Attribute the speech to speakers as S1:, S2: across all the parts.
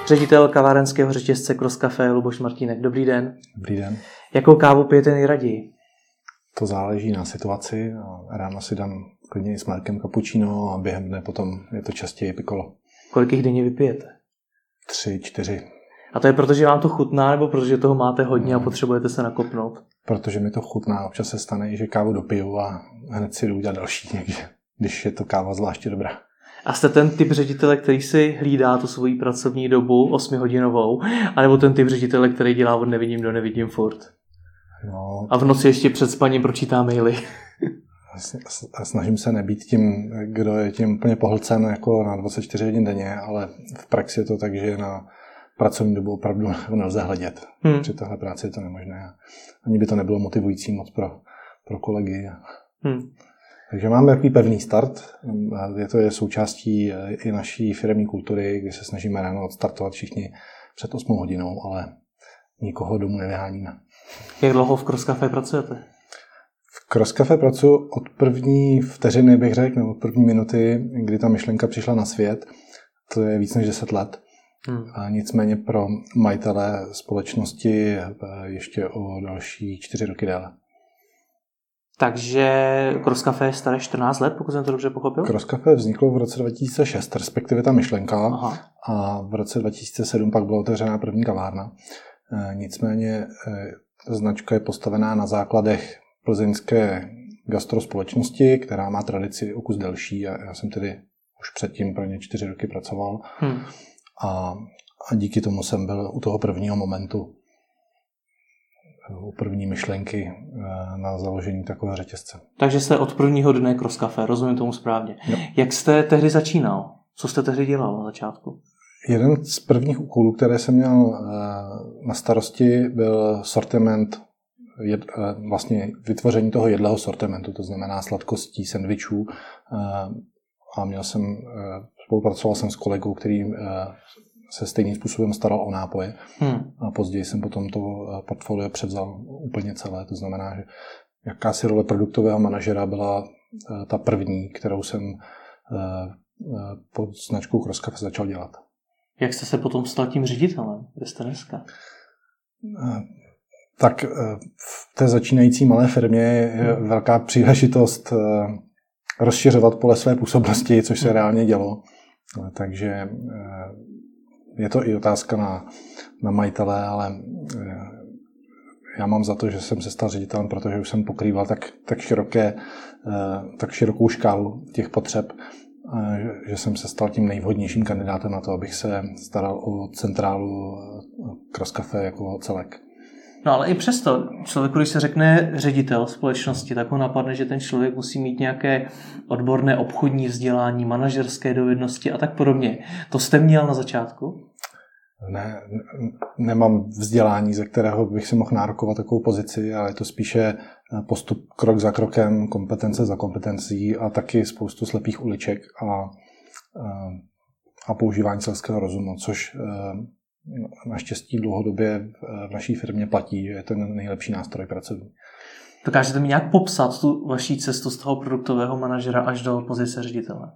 S1: ředitel kavárenského řetězce Cross Café Luboš Martínek. Dobrý den.
S2: Dobrý den.
S1: Jakou kávu pijete nejraději?
S2: To záleží na situaci. Ráno si dám klidně s mlékem cappuccino a během dne potom je to častěji piccolo.
S1: Kolik jich denně vypijete?
S2: 3, 4.
S1: A to je proto, že vám to chutná, nebo protože toho máte hodně a potřebujete se nakopnout?
S2: Protože mi to chutná. Občas se stane, že kávu dopiju a hned si jdu udělat další někde, když je to káva zvláště dobrá.
S1: A jste ten typ ředitele, který si hlídá tu svoji pracovní dobu 8hodinovou, anebo ten typ ředitele, který dělá od nevidím do nevidím furt?
S2: No,
S1: a v noci ještě před spaním pročítá maily.
S2: Snažím se nebýt tím, kdo je tím úplně pohlcen jako na 24 hodin denně, ale v praxi je to tak, že na pracovní dobu opravdu nelze hledět. Při téhle práci je to nemožné. Ani by to nebylo motivující moc pro kolegy. Takže máme takový pevný start. To je součástí i naší firemní kultury, kdy se snažíme ráno odstartovat všichni před 8 hodinou, ale nikoho domů nevyháníme.
S1: Jak dlouho v Cross Café pracujete?
S2: V Cross Café pracuji od první vteřiny, bych řekl, nebo od první minuty, kdy ta myšlenka přišla na svět. To je víc než 10 let. A nicméně pro majitele společnosti ještě o další 4 roky déle.
S1: Takže Cross Café je staré 14 let, pokud jsem to dobře pochopil?
S2: Cross Café vzniklo v roce 2006, respektive ta myšlenka.
S1: Aha.
S2: A v roce 2007 pak byla otevřená první kavárna. Nicméně značka je postavená na základech plzeňské gastrospolečnosti, která má tradici o kus delší a já jsem tedy už předtím pro ně 4 roky pracoval. A díky tomu jsem byl u toho prvního momentu, u první myšlenky na založení takového řetězce.
S1: Takže jste od prvního dne Cross Café, rozumím tomu správně. No. Jak jste tehdy začínal? Co jste tehdy dělal na začátku?
S2: Jeden z prvních úkolů, které jsem měl na starosti, byl sortiment, vlastně vytvoření toho jedlého sortimentu, to znamená sladkostí, sendvičů. A spolupracoval jsem s kolegou, který se stejným způsobem staral o nápoje. A později jsem potom to portfolio převzal úplně celé. To znamená, že jakási role produktového manažera byla ta první, kterou jsem pod značkou Cross Café začal dělat.
S1: Jak jste se potom stal tím ředitelem? Kde jste dneska?
S2: Tak v té začínající malé firmě je velká příležitost rozšiřovat pole své působnosti, což se reálně dělo. Takže je to i otázka na majitele, ale já mám za to, že jsem se stal ředitelem, protože už jsem pokrýval tak širokou škálu těch potřeb, že jsem se stal tím nejvhodnějším kandidátem na to, abych se staral o centrálu Cross Café jako celek.
S1: No ale i přesto, člověku, když se řekne ředitel společnosti, tak ho napadne, že ten člověk musí mít nějaké odborné obchodní vzdělání, manažerské dovednosti a tak podobně. To jste měl na začátku?
S2: Ne, nemám vzdělání, ze kterého bych si mohl nárokovat takovou pozici, ale je to spíše postup krok za krokem, kompetence za kompetencí a taky spoustu slepých uliček a používání selského rozumu, což naštěstí dlouhodobě v naší firmě platí, že je ten nejlepší nástroj pracovní.
S1: Dokážete mi nějak popsat tu vaší cestu z toho produktového manažera až do pozice ředitele?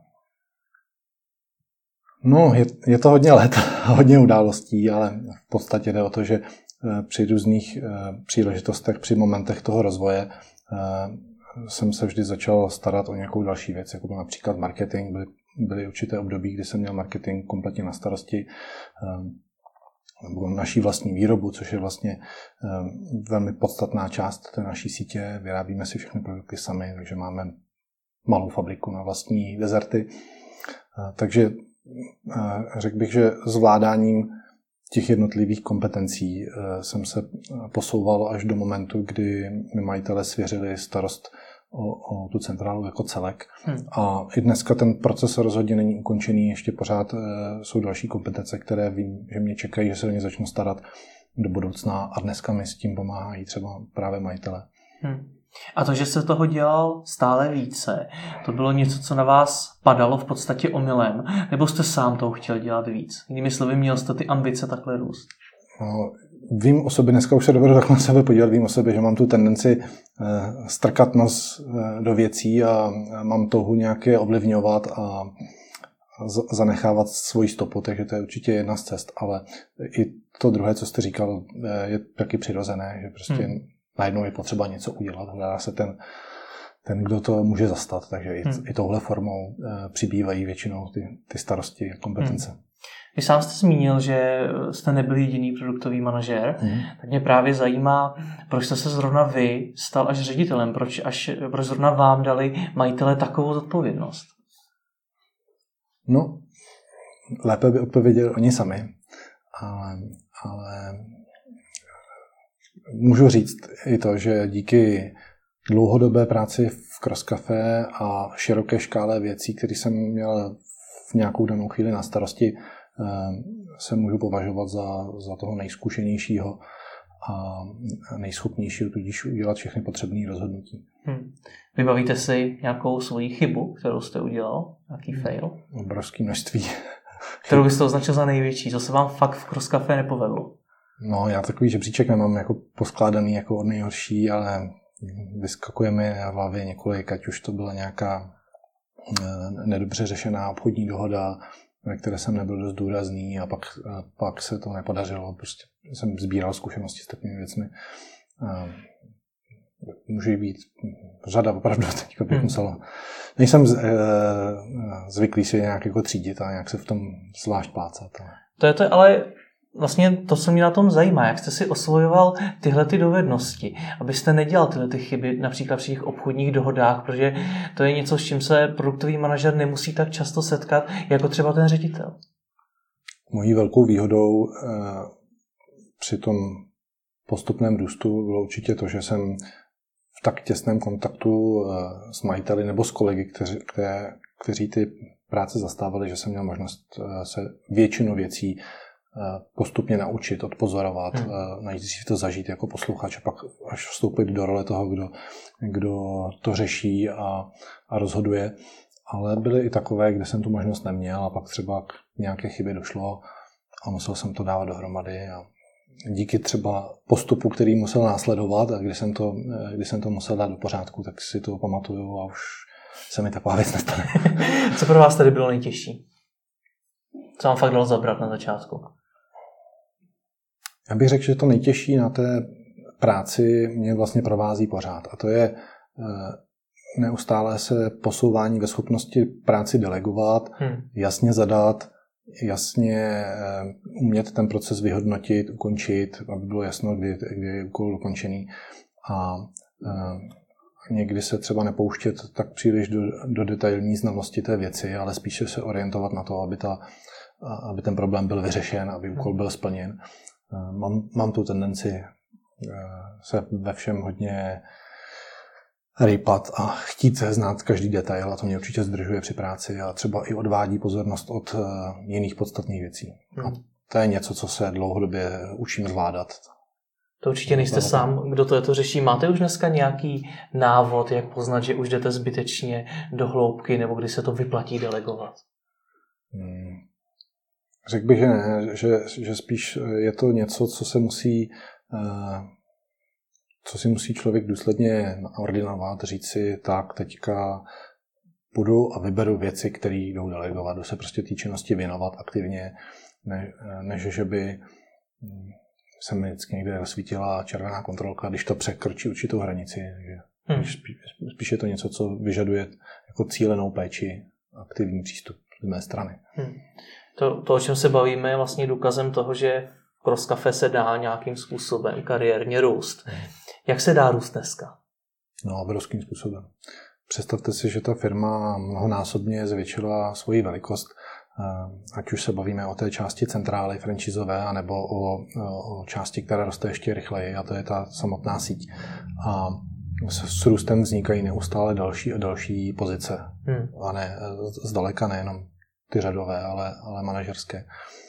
S2: No, je to hodně let, hodně událostí, ale v podstatě jde o to, že při různých příležitostech, při momentech toho rozvoje jsem se vždy začal starat o nějakou další věc, jako byl například marketing. Byly určité období, kdy jsem měl marketing kompletně na starosti, nebo naší vlastní výrobu, což je vlastně velmi podstatná část té naší sítě. Vyrábíme si všechny produkty sami, takže máme malou fabriku na vlastní dezerty. Takže řekl bych, že zvládáním těch jednotlivých kompetencí jsem se posouval až do momentu, kdy mi majitelé svěřili starost o tu centrálu jako celek. A i dneska ten proces rozhodně není ukončený, ještě pořád jsou další kompetence, které vím, že mě čekají, že se o ně začnu starat do budoucna a dneska mi s tím pomáhají třeba právě majitelé.
S1: A to, že se toho dělal stále více, to bylo něco, co na vás padalo v podstatě omylem, nebo jste sám toho chtěl dělat víc? Jinými slovy, měl jste ty ambice takhle růst?
S2: Vím o sobě, dneska už se dovedu tak na sebe podívat, vím o sobě, že mám tu tendenci strkat nos do věcí a mám touhu nějaké ovlivňovat zanechávat svoji stopu, takže to je určitě jedna z cest, ale i to druhé, co jste říkal, je taky přirozené, že prostě najednou je potřeba něco udělat, hledá se ten, kdo to může zastat, takže i touhle formou přibývají většinou ty starosti a kompetence.
S1: Vy sám jste zmínil, že jste nebyl jediný produktový manažér, tak mě právě zajímá, proč jste se zrovna vy stal až ředitelem, proč zrovna vám dali majitele takovou zodpovědnost?
S2: No, lépe by odpověděli oni sami, ale můžu říct i to, že díky dlouhodobé práci v Crosscafé a široké škále věcí, které jsem měl v nějakou danou chvíli na starosti, se můžu považovat za toho nejzkušenějšího a nejschopnějšího, tudíž udělat všechny potřebné rozhodnutí.
S1: Vybavíte si nějakou svoji chybu, kterou jste udělal? Nějaký fail?
S2: Obrovské množství.
S1: Kterou byste označil za největší? Co se vám fakt v Crosscafé nepovedlo?
S2: No, já takový žebříček nemám jako poskládaný jako od nejhorší, ale vyskakuje mi v hlavě několik, ať už to byla nějaká nedobře řešená obchodní dohoda, ve které jsem nebyl dost důrazný a pak se to nepodařilo. Prostě jsem sbíral zkušenosti s takovými věcmi. Může být řada, opravdu teď bych musel. Nejsem zvyklý si nějak jako třídit a nějak se v tom zvlášť plácat.
S1: To je to, ale vlastně to, co mě na tom zajímá, jak jste si osvojoval tyhle ty dovednosti, abyste nedělal tyhle ty chyby například při těch obchodních dohodách, protože to je něco, s čím se produktový manažer nemusí tak často setkat, jako třeba ten ředitel.
S2: Mojí velkou výhodou při tom postupném růstu bylo určitě to, že jsem v tak těsném kontaktu s majiteli nebo s kolegy, kteří ty práce zastávali, že jsem měl možnost se většinu věcí postupně naučit, odpozorovat, najít si to zažít jako posluchač a pak až vstoupit do role toho, kdo to řeší a rozhoduje. Ale byly i takové, kde jsem tu možnost neměl a pak třeba k nějaké chybě došlo a musel jsem to dávat dohromady a díky třeba postupu, který musel následovat a když jsem to musel dát do pořádku, tak si to pamatuju a už se mi taková věc nestane.
S1: Co pro vás tady bylo nejtěžší? Co vám fakt dalo zabrat na začátku?
S2: Já bych řekl, že to nejtěžší na té práci mě vlastně provází pořád. A to je neustále se posouvání ve schopnosti práci delegovat, jasně zadat, jasně umět ten proces vyhodnotit, ukončit, aby bylo jasno, kdy je úkol dokončený. A někdy se třeba nepouštět tak příliš do detailní znalosti té věci, ale spíše se orientovat na to, aby ten problém byl vyřešen, aby úkol byl splněn. Mám tu tendenci se ve všem hodně rýpat a chtít znát každý detail a to mě určitě zdržuje při práci a třeba i odvádí pozornost od jiných podstatných věcí. A to je něco, co se dlouhodobě učím zvládat.
S1: To určitě nejste sám, kdo to řeší. Máte už dneska nějaký návod, jak poznat, že už jdete zbytečně do hloubky nebo kdy se to vyplatí delegovat?
S2: Řekl bych, že ne, že spíš je to něco, co si musí člověk důsledně ordinovat, říct si tak, teďka půjdu a vyberu věci, které jdou delegovat, jdu se prostě té činnosti věnovat aktivně, než že by se mi vždycky někde rozsvítila červená kontrolka, když to překročí určitou hranici. Spíš je to něco, co vyžaduje jako cílenou péči, aktivní přístup z mé strany.
S1: To, o čem se bavíme, je vlastně důkazem toho, že v Crosscafé se dá nějakým způsobem kariérně růst. Jak se dá růst dneska?
S2: No, obrovským způsobem. Představte si, že ta firma mnohonásobně zvětšila svoji velikost, ať už se bavíme o té části centrály franšízové, anebo o části, která roste ještě rychleji, a to je ta samotná síť. A s růstem vznikají neustále další a další pozice. A ne, zdaleka nejenom ty řadové, ale manažerské.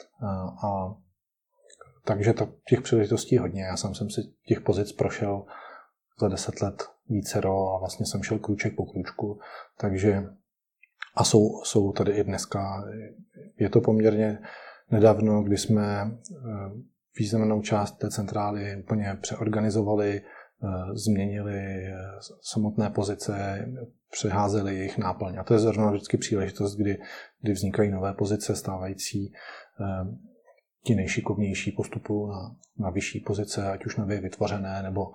S2: Takže těch příležitostí hodně. Já jsem si těch pozic prošel za 10 let vícero a vlastně jsem šel krůček po krůčku. Takže a jsou tady i dneska. Je to poměrně nedávno, kdy jsme významnou část té centrály úplně přeorganizovali, změnili samotné pozice, přeházeli jejich náplň. A to je zrovna vždycky příležitost, kdy vznikají nové pozice stávající. Ti nejšikovnější postupují na vyšší pozice, ať už nově vytvořené, nebo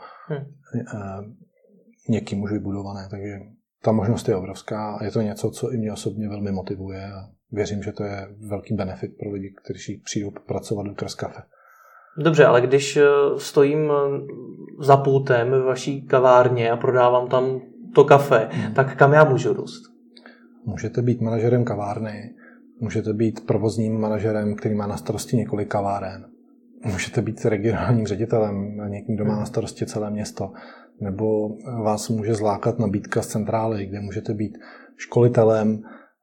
S2: někým už vybudované. Takže ta možnost je obrovská a je to něco, co i mě osobně velmi motivuje a věřím, že to je velký benefit pro lidi, kteří přijdou pracovat do Trust Cafe.
S1: Dobře, ale když stojím za pultem ve vaší kavárně a prodávám tam to kafe, tak kam já můžu růst?
S2: Můžete být manažerem kavárny, můžete být provozním manažerem, který má na starosti několik kaváren. Můžete být regionálním ředitelem, někým, kdo má na starosti celé město. Nebo vás může zlákat nabídka z centrály, kde můžete být školitelem,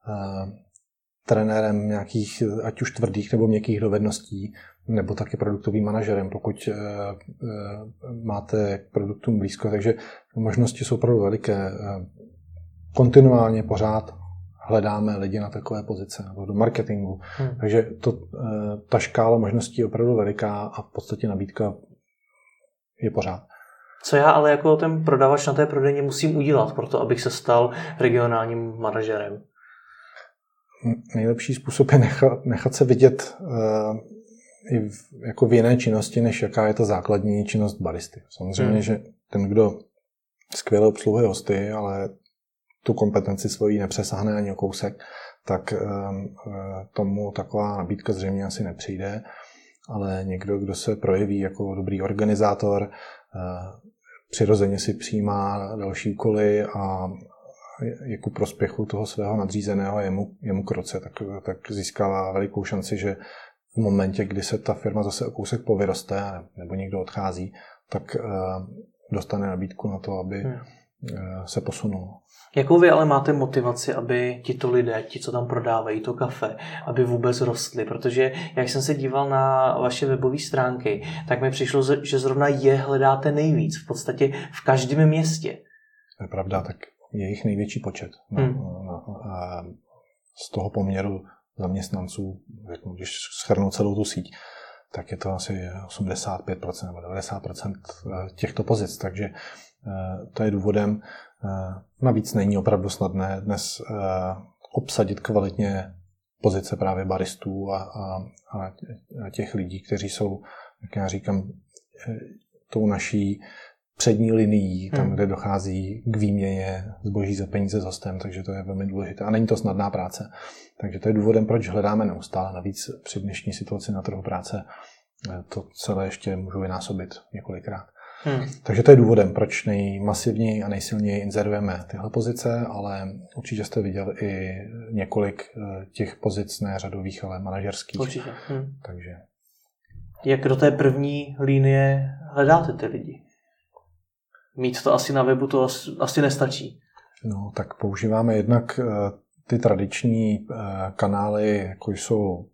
S2: trenérem nějakých, ať už tvrdých nebo měkkých dovedností, nebo taky produktovým manažerem, pokud máte k produktům blízko. Takže možnosti jsou opravdu veliké. Kontinuálně pořád hledáme lidi na takové pozice nebo do marketingu. Takže ta škála možností je opravdu veliká a v podstatě nabídka je pořád.
S1: Co já ale jako ten prodavač na té prodejně musím udělat pro to, abych se stal regionálním manažerem?
S2: Nejlepší způsob je nechat se vidět i jako v jiné činnosti, než jaká je ta základní činnost baristy. Samozřejmě, že ten, kdo skvěle obsluhuje hosty, ale tu kompetenci svoji nepřesáhne ani o kousek, tak tomu taková nabídka zřejmě asi nepřijde. Ale někdo, kdo se projeví jako dobrý organizátor, přirozeně si přijímá další úkoly a je ku prospěchu toho svého nadřízeného jemu k roce, tak získává velikou šanci, že v momentě, kdy se ta firma zase o kousek povyroste nebo někdo odchází, tak dostane nabídku na to, aby se posunul.
S1: Jakou vy ale máte motivaci, aby tito lidé, ti, co tam prodávají to kafe, aby vůbec rostli? Protože jak jsem se díval na vaše webové stránky, tak mi přišlo, že zrovna je hledáte nejvíc, v podstatě v každém městě.
S2: To je pravda, tak je jich největší počet. Z toho poměru zaměstnanců, když shrnu celou tu síť, tak je to asi 85% nebo 90% těchto pozic, takže to je důvodem. Navíc není opravdu snadné dnes obsadit kvalitně pozice právě baristů a těch lidí, kteří jsou, jak já říkám, tou naší přední linií, tam, kde dochází k výměně zboží za peníze s hostem, takže to je velmi důležité. A není to snadná práce. Takže to je důvodem, proč hledáme neustále. Navíc při dnešní situaci na trhu práce to celé ještě můžu vynásobit několikrát. Takže to je důvodem, proč nejmasivněji a nejsilněji inzerujeme tyhle pozice, ale určitě jste viděl i několik těch pozic, ne řadových, ale manažerských.
S1: Určitě.
S2: Takže.
S1: Jak do té první linie hledáte ty lidi? Mít to asi na webu to asi nestačí.
S2: No, tak používáme jednak ty tradiční kanály, jako jsou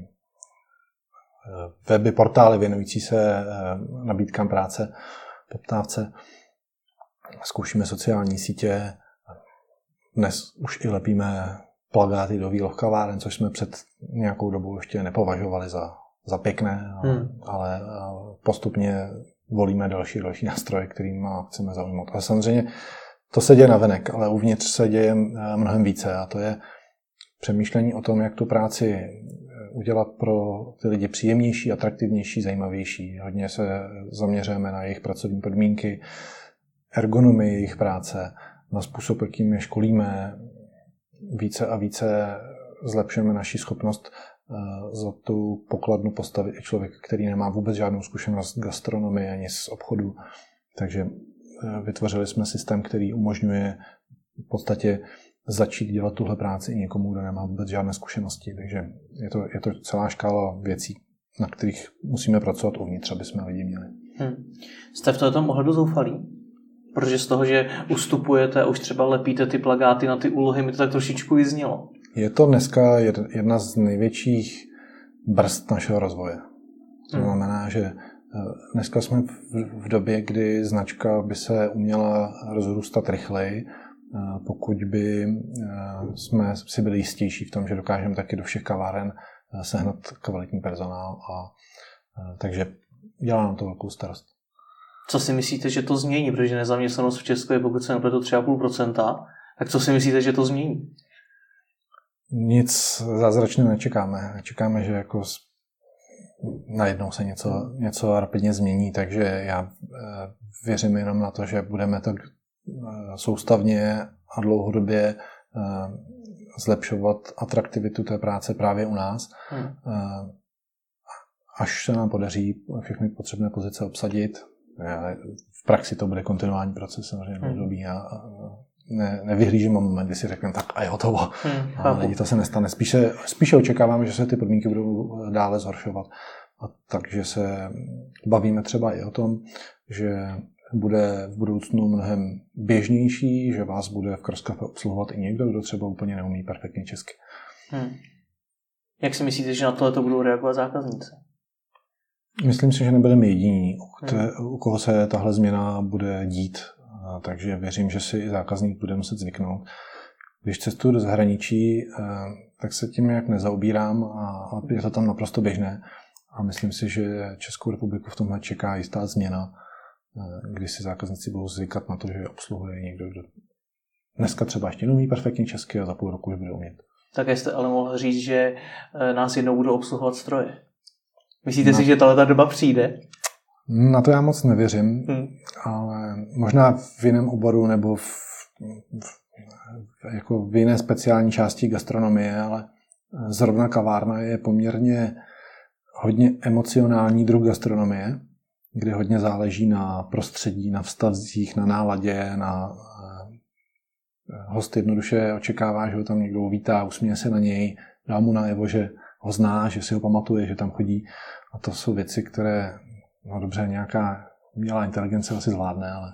S2: weby, portály věnující se nabídkám práce, poptávce. Zkoušíme sociální sítě. Dnes už i lepíme plakáty do výloh kaváren, což jsme před nějakou dobou ještě nepovažovali za pěkné, ale postupně volíme další nástroje, kterými chceme zaujmout. A samozřejmě to se děje navenek, ale uvnitř se děje mnohem více a to je přemýšlení o tom, jak tu práci udělat pro ty lidi příjemnější, atraktivnější, zajímavější. Hodně se zaměřujeme na jejich pracovní podmínky, ergonomii jejich práce, na způsob, jakým je školíme. Více a více zlepšujeme naši schopnost za tu pokladnu postavit i člověk, který nemá vůbec žádnou zkušenost z gastronomie ani z obchodu. Takže vytvořili jsme systém, který umožňuje v podstatě začít dělat tuhle práci i někomu, kdo nemá vůbec žádné zkušenosti. Takže je to celá škála věcí, na kterých musíme pracovat uvnitř, aby jsme lidi měli.
S1: Jste v tomto ohledu zoufalí? Protože z toho, že ustupujete a už třeba lepíte ty plakáty na ty úlohy, mi to tak trošičku vyznělo.
S2: Je to dneska jedna z největších brzd našeho rozvoje. To znamená, že dneska jsme v době, kdy značka by se uměla rozrůstat rychleji, pokud by jsme si byli jistější v tom, že dokážeme taky do všech kaváren sehnat kvalitní personál. Takže dělá nám to velkou starost.
S1: Co si myslíte, že to změní? Protože nezaměstnanost v Česku je, pokud se nepletu, 3,5%. Tak co si myslíte, že to změní?
S2: Nic zázračného nečekáme. Nečekáme, že jako najednou se něco rapidně změní, takže já věřím jenom na to, že budeme tak soustavně a dlouhodobě zlepšovat atraktivitu té práce právě u nás. Až se nám podaří všechny potřebné pozice obsadit. V praxi to bude kontinuální proces, samozřejmě dlouhodobý a nevyhlížím moment, kdy si řekneme, tak a je hotovo. Ale to se nestane. Spíše očekáváme, že se ty podmínky budou dále zhoršovat. A takže se bavíme třeba i o tom, že bude v budoucnu mnohem běžnější, že vás bude v Crosscafe obsluhovat i někdo, kdo třeba úplně neumí perfektně česky.
S1: Jak si myslíte, že na tohle budou reagovat zákazníci?
S2: Myslím si, že nebudeme jediní, u koho se tahle změna bude dít. Takže věřím, že si i zákazník bude muset zvyknout. Když cestuju do zahraničí, tak se tím nějak nezaobírám a je to tam naprosto běžné. A myslím si, že Českou republiku v tomhle čeká jistá změna, kdy si zákazníci budou zvykat na to, že obsluhuje někdo, kdo dneska třeba ještě neumí perfektně česky a za půl roku už bude umět.
S1: Tak jste ale mohl říct, že nás jednou budou obsluhovat stroje. Myslíte si, že tato doba přijde?
S2: Na to já moc nevěřím, ale možná v jiném oboru nebo jako v jiné speciální části gastronomie, ale zrovna kavárna je poměrně hodně emocionální druh gastronomie, kde hodně záleží na prostředí, na vztazích, na náladě, host jednoduše očekává, že ho tam někdo uvítá, usměje se na něj, dá mu najevo, že ho zná, že si ho pamatuje, že tam chodí. A to jsou věci, které, no dobře, nějaká umělá inteligence asi zvládne, ale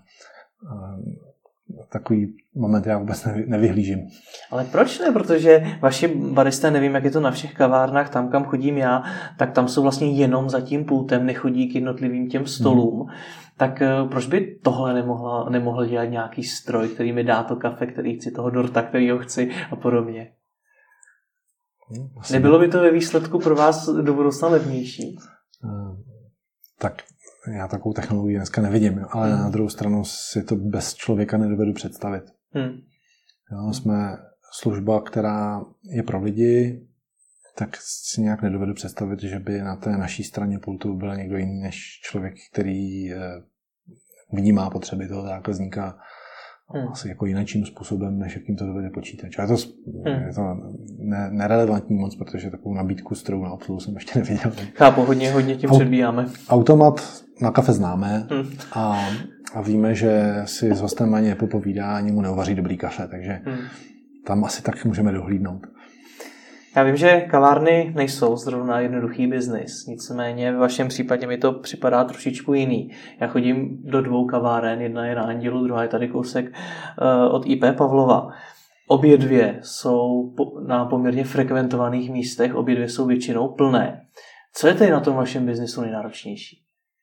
S2: takový moment já vůbec nevyhlížím. Ale
S1: proč ne? Protože vaši baristé, nevím, jak je to na všech kavárnách, tam, kam chodím já, tak tam jsou vlastně jenom za tím pultem, nechodí k jednotlivým těm stolům. Tak proč by tohle nemohl dělat nějaký stroj, který mi dá to kafe, který chci, toho dorta, který ho chci a podobně? Nebylo by to ve výsledku pro vás do budoucna levnější?
S2: Tak já takovou technologii dneska nevidím, ale na druhou stranu si to bez člověka nedovedu představit. Jo, jsme služba, která je pro lidi, tak si nějak nedovedu představit, že by na té naší straně pultu byl někdo jiný než člověk, který vnímá potřeby toho zákazníka asi jako jiným způsobem, než jakým to dovede počítač. A je to nerelevantní moc, protože takovou nabídku strojů na obsluhu jsem ještě neviděl.
S1: Chápu, hodně tím předbíháme.
S2: Automat na kafe známe a víme, že si s hostem ani nepopovídá, ani mu neuvaří dobrý kafe, takže tam asi tak můžeme dohlídnout.
S1: Já vím, že kavárny nejsou zrovna jednoduchý biznis, nicméně v vašem případě mi to připadá trošičku jiný. Já chodím do 2 kaváren, jedna je na Andělu, druhá je tady kousek od IP Pavlova. Obě dvě jsou na poměrně frekventovaných místech, obě dvě jsou většinou plné. Co je tedy na tom vašem biznisu nejnáročnější?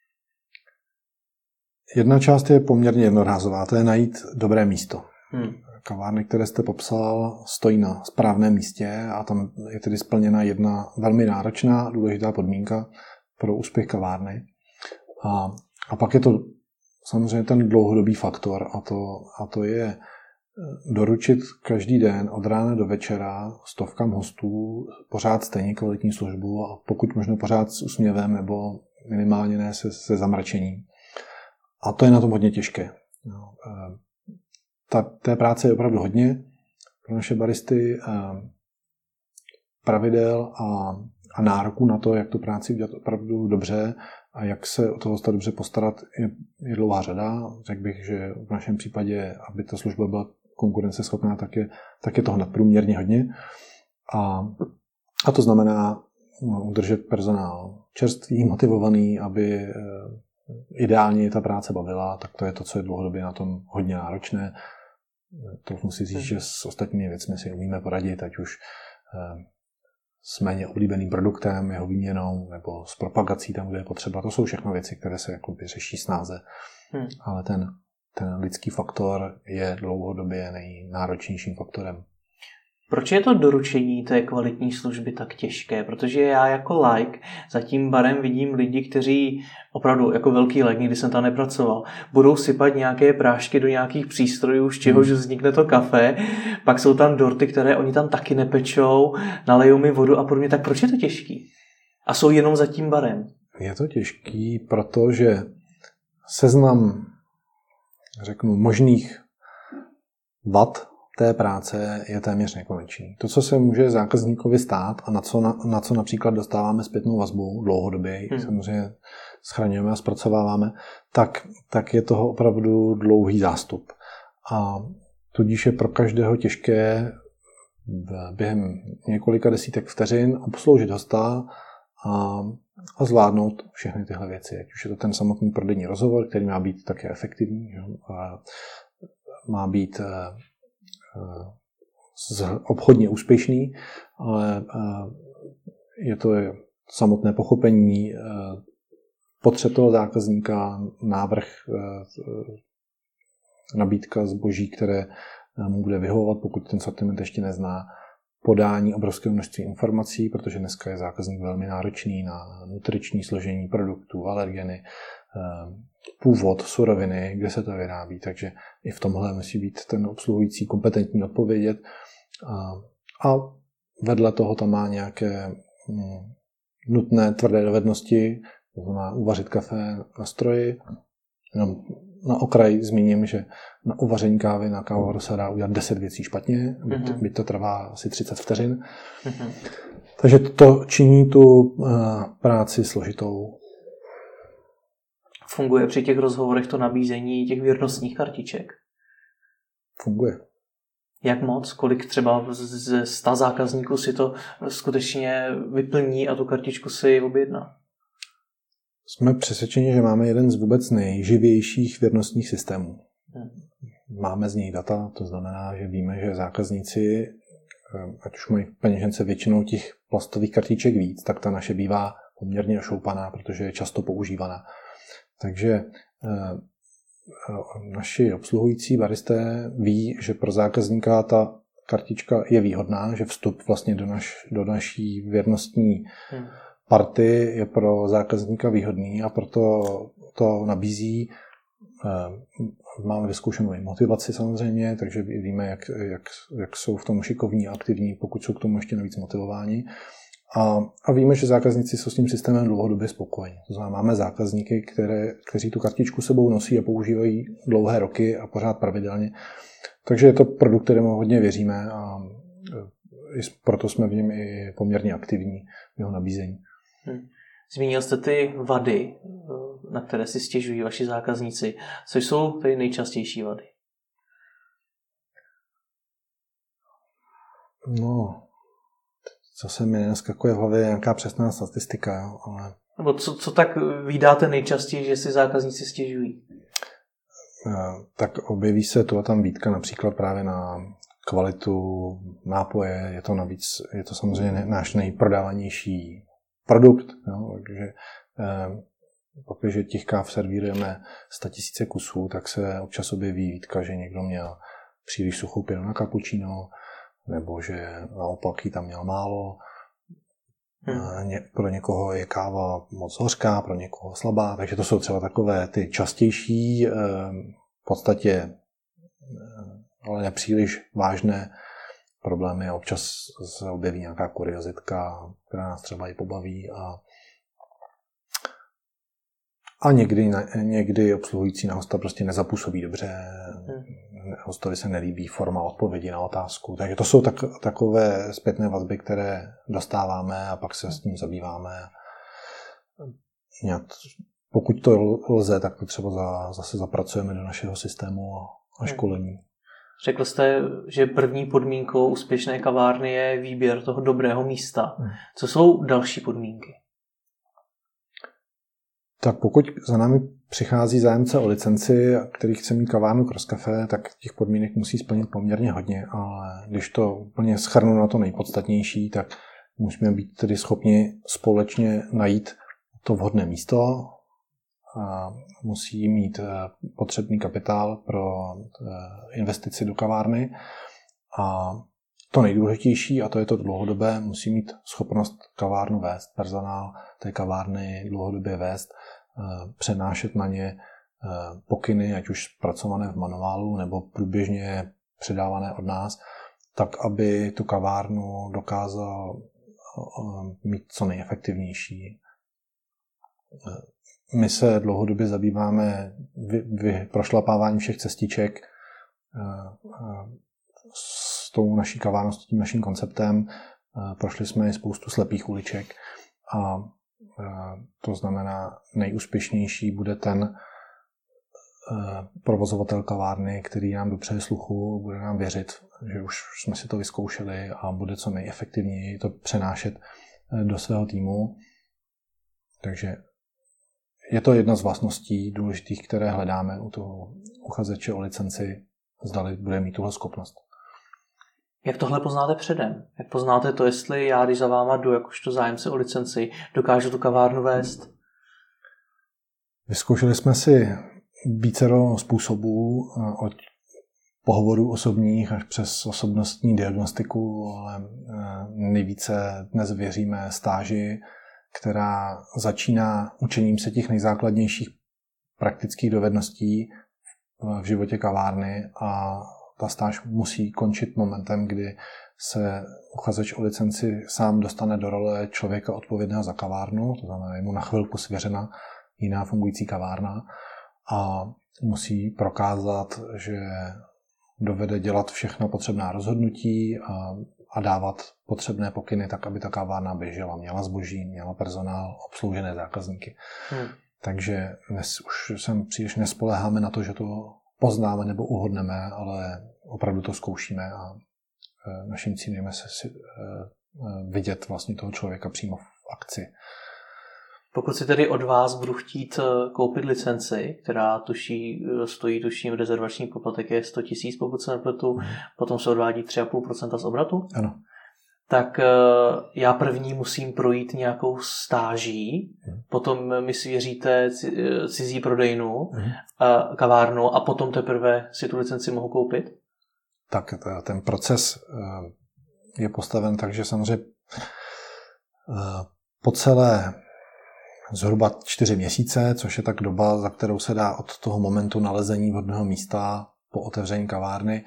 S2: Jedna část je poměrně jednorázová, to je najít dobré místo. Kavárny, které jste popsal, stojí na správném místě a tam je tedy splněna jedna velmi náročná, důležitá podmínka pro úspěch kavárny. A pak je to samozřejmě ten dlouhodobý faktor a to je doručit každý den od rána do večera stovkám hostů pořád stejně kvalitní službu a pokud možno pořád s úsměvem nebo minimálně ne se zamračením. A to je na tom hodně těžké. Té práce je opravdu hodně pro naše baristy, pravidel a nároků na to, jak tu práci udělat opravdu dobře a jak se o toho hosta dobře postarat, je dlouhá řada. Řekl bych, že v našem případě, aby ta služba byla konkurenceschopná, tak je toho nadprůměrně hodně. A to znamená udržet personál čerstvý, motivovaný, aby ideálně ta práce bavila, tak to je to, co je dlouhodobě na tom hodně náročné. To musí říct, že s ostatními věcmi si umíme poradit, ať už s méně oblíbeným produktem, jeho výměnou, nebo s propagací tam, kde je potřeba. To jsou všechno věci, které se jakoby řeší snáze. Ale ten lidský faktor je dlouhodobě nejnáročnějším faktorem.
S1: Proč je to doručení té kvalitní služby tak těžké? Protože já jako like za tím barem vidím lidi, kteří opravdu jako velký like, nikdy jsem tam nepracoval, budou sypat nějaké prášky do nějakých přístrojů, z čehož vznikne to kafe, pak jsou tam dorty, které oni tam taky nepečou, nalejou mi vodu a podobně. Tak proč je to těžký? A jsou jenom za tím barem?
S2: Je to těžký, protože seznam, řeknu, možných vad té práce je téměř nekonečný. To, co se může zákazníkovi stát a na co například dostáváme zpětnou vazbu dlouhodobě, samozřejmě schraňujeme a zpracováváme, tak je toho opravdu dlouhý zástup. A tudíž je pro každého těžké během několika desítek vteřin obsloužit hosta a zvládnout všechny tyhle věci. Ať už je to ten samotný prodejní rozhovor, který má být také efektivní, má být obchodně úspěšný, ale je to samotné pochopení potřeb toho zákazníka, návrh, nabídka zboží, které mu bude vyhovovat, pokud ten sortiment ještě nezná, podání obrovského množství informací, protože dneska je zákazník velmi náročný na nutriční složení produktů, alergeny, původ, suroviny, kde se to vyrábí, takže i v tomhle musí být ten obsluhující kompetentní odpovědět. A vedle toho tam má nějaké nutné tvrdé dovednosti, to znamená uvařit kafe na stroji. Jenom na okraj zmíním, že na uvaření kávy na kávovaru se dá udělat 10 věcí špatně, byť to trvá asi 30 vteřin. Takže to činí tu práci složitou.
S1: Funguje při těch rozhovorech to nabízení těch věrnostních kartiček?
S2: Funguje.
S1: Jak moc? Kolik třeba ze 100 zákazníků si to skutečně vyplní a tu kartičku si objedná?
S2: Jsme přesvědčeni, že máme jeden z vůbec nejživějších věrnostních systémů. Máme z něj data, to znamená, že víme, že zákazníci, ať už mají v peněžence většinou těch plastových kartiček víc, tak ta naše bývá poměrně ošoupaná, protože je často používaná. Takže naši obsluhující baristé ví, že pro zákazníka ta kartička je výhodná, že vstup vlastně do naší věrnostní party je pro zákazníka výhodný a proto to nabízí. Máme vyzkoušenou i motivaci samozřejmě, takže víme, jak jsou v tom šikovní a aktivní, pokud jsou k tomu ještě navíc motivováni. A víme, že zákazníci jsou s tím systémem dlouhodobě spokojení. To znamená, máme zákazníky, kteří tu kartičku sebou nosí a používají dlouhé roky a pořád pravidelně. Takže je to produkt, kterému hodně věříme a proto jsme v něm i poměrně aktivní v jeho nabízení.
S1: Zmínil jste ty vady, na které si stěžují vaši zákazníci. Co jsou ty nejčastější vady?
S2: No, co se mi naskakuje v hlavě, nějaká přesná statistika, jo, ale...
S1: Nebo co tak vídáte nejčastěji, že si zákazníci stěžují?
S2: Tak objeví se tu a tam výtka například právě na kvalitu nápoje, je to samozřejmě náš nejprodávanější produkt, jo, takže pokud těch káv servírujeme 100 000 kusů, tak se občas objeví výtka, že někdo měl příliš suchou pěnu na cappuccino, nebo že naopak jí tam měl málo. Pro někoho je káva moc hořká, pro někoho slabá, takže to jsou třeba takové ty častější, v podstatě ale nepříliš vážné problémy a občas se objeví nějaká kuriozitka, která nás třeba i pobaví a někdy obsluhující na hosta prostě nezapůsobí dobře, hostovi se nelíbí forma odpovědi na otázku. Takže to jsou takové zpětné vazby, které dostáváme a pak se s tím zabýváme. Pokud to lze, tak to třeba zase zapracujeme do našeho systému a školení.
S1: Řekl jste, že první podmínkou úspěšné kavárny je výběr toho dobrého místa. Co jsou další podmínky?
S2: Tak pokud za námi přichází zájemce o licenci, který chce mít kavárnu Crosscafé, tak těch podmínek musí splnit poměrně hodně, ale když to úplně shrnu na to nejpodstatnější, tak musíme být tedy schopni společně najít to vhodné místo, a musí mít potřebný kapitál pro investici do kavárny a to nejdůležitější, a to je to dlouhodobé, musí mít schopnost kavárnu vést, personál té kavárny dlouhodobě vést, přenášet na ně pokyny, ať už zpracované v manuálu nebo průběžně předávané od nás, tak, aby tu kavárnu dokázal mít co nejefektivnější. My se dlouhodobě zabýváme prošlapáváním všech cestiček s tou naší kavárnou, s tím naším konceptem. Prošli jsme i spoustu slepých uliček a to znamená, nejúspěšnější bude ten provozovatel kavárny, který nám dopřeje sluchu, bude nám věřit, že už jsme si to vyzkoušeli a bude co nejefektivněji to přenášet do svého týmu. Takže je to jedna z vlastností důležitých, které hledáme u toho uchazeče o licenci, zdali bude mít tuhle schopnost.
S1: Jak tohle poznáte předem? Jak poznáte to, jestli já, když za váma jdu jakožto zájemce o licenci, dokážu tu kavárnu vést?
S2: Vyzkoušeli jsme si vícero způsobů, od pohovorů osobních až přes osobnostní diagnostiku, ale nejvíce dnes věříme stáži, která začíná učením se těch nejzákladnějších praktických dovedností v životě kavárny a ta stáž musí končit momentem, kdy se uchazeč o licenci sám dostane do role člověka odpovědného za kavárnu, to znamená, je mu na chvilku svěřena jiná fungující kavárna a musí prokázat, že dovede dělat všechna potřebná rozhodnutí a dávat potřebné pokyny tak, aby ta kavárna běžela. Měla zboží, měla personál, obsloužené zákazníky. Takže dnes už se příliš nespoléháme na to, že to poznáme nebo uhodneme, ale opravdu to zkoušíme a naším cílem je vidět vlastně toho člověka přímo v akci.
S1: Pokud si tedy od vás budu chtít koupit licenci, která stojí tuším rezervační poplatek je 100 000, pokud se nepletu, potom se odvádí 3,5% z obratu.
S2: Ano.
S1: Tak já první musím projít nějakou stáží, potom mi svěříte cizí prodejnu, kavárnu a potom teprve si tu licenci mohu koupit?
S2: Tak ten proces je postaven tak, že samozřejmě po celé zhruba 4 měsíce, což je tak doba, za kterou se dá od toho momentu nalezení vhodného místa po otevření kavárny,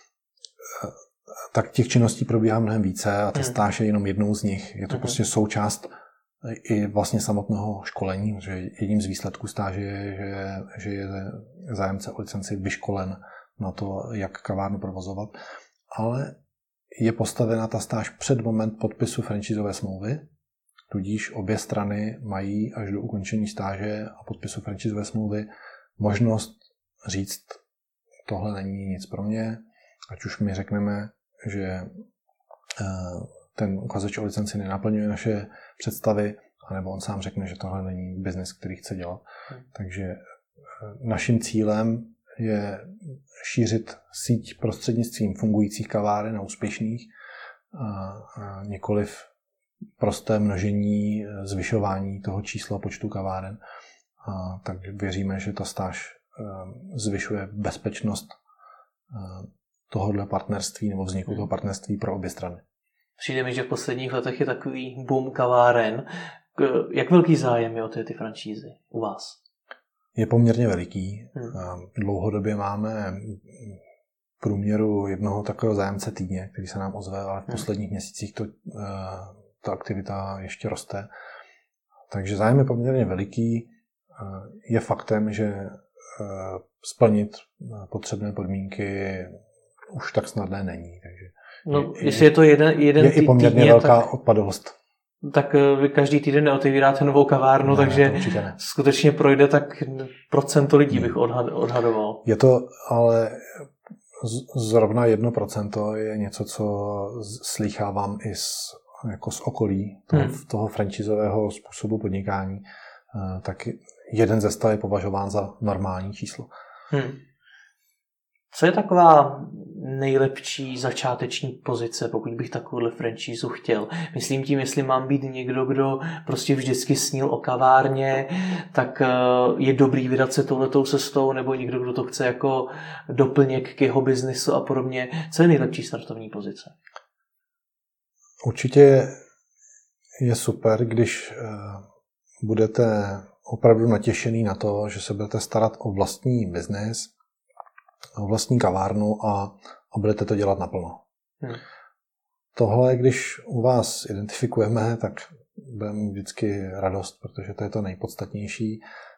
S2: tak těch činností probíhá mnohem více a ta stáž je jenom jednou z nich. Je to prostě součást i vlastně samotného školení, že jedním z výsledků stáže je, že je zájemce o licenci vyškolen na to, jak kavárnu provozovat, ale je postavena ta stáž před moment podpisu franšízové smlouvy, tudíž obě strany mají až do ukončení stáže a podpisu franšízové smlouvy možnost říct, tohle není nic pro mě, ať už my řekneme, že ten uchazeč o licenci nenaplňuje naše představy, anebo on sám řekne, že tohle není biznis, který chce dělat. Takže naším cílem je šířit síť prostřednictvím fungujících kaváren a úspěšných a nikoliv prosté množení, zvyšování toho čísla počtu kaváren. Tak věříme, že ta stáž zvyšuje bezpečnost tohohle partnerství nebo vzniku toho partnerství pro obě strany.
S1: Přijde mi, že v posledních letech je takový boom kaváren. Jak velký zájem je o ty franšízy u vás?
S2: Je poměrně veliký. Dlouhodobě máme v průměru jednoho takového zájemce týdně, který se nám ozve, ale v posledních měsících ta aktivita ještě roste. Takže zájem je poměrně veliký. Je faktem, že splnit potřebné podmínky už tak snadné není. Takže
S1: jestli je to jeden
S2: je i poměrně
S1: týdně,
S2: velká odpadovost.
S1: Tak vy každý týden neotevíráte novou kavárnu, takže skutečně projde tak procento lidí bych odhadoval.
S2: Je to ale zrovna 1% je něco, co slýchávám i z okolí toho franšízového způsobu podnikání. Tak 1 ze 100 je považován za normální číslo.
S1: Co je taková nejlepší začáteční pozice, pokud bych takovouhle franšízu chtěl? Myslím tím, jestli mám být někdo, kdo prostě vždycky snil o kavárně, tak je dobrý vydat se touhletou cestou, nebo někdo, kdo to chce jako doplněk k jeho biznisu a podobně. Co je nejlepší startovní pozice?
S2: Určitě je super, když budete opravdu natěšený na to, že se budete starat o vlastní biznes, o vlastní kavárnu a budete to dělat naplno. Tohle, když u vás identifikujeme, tak budeme mít vždycky radost, protože to je to nejpodstatnější.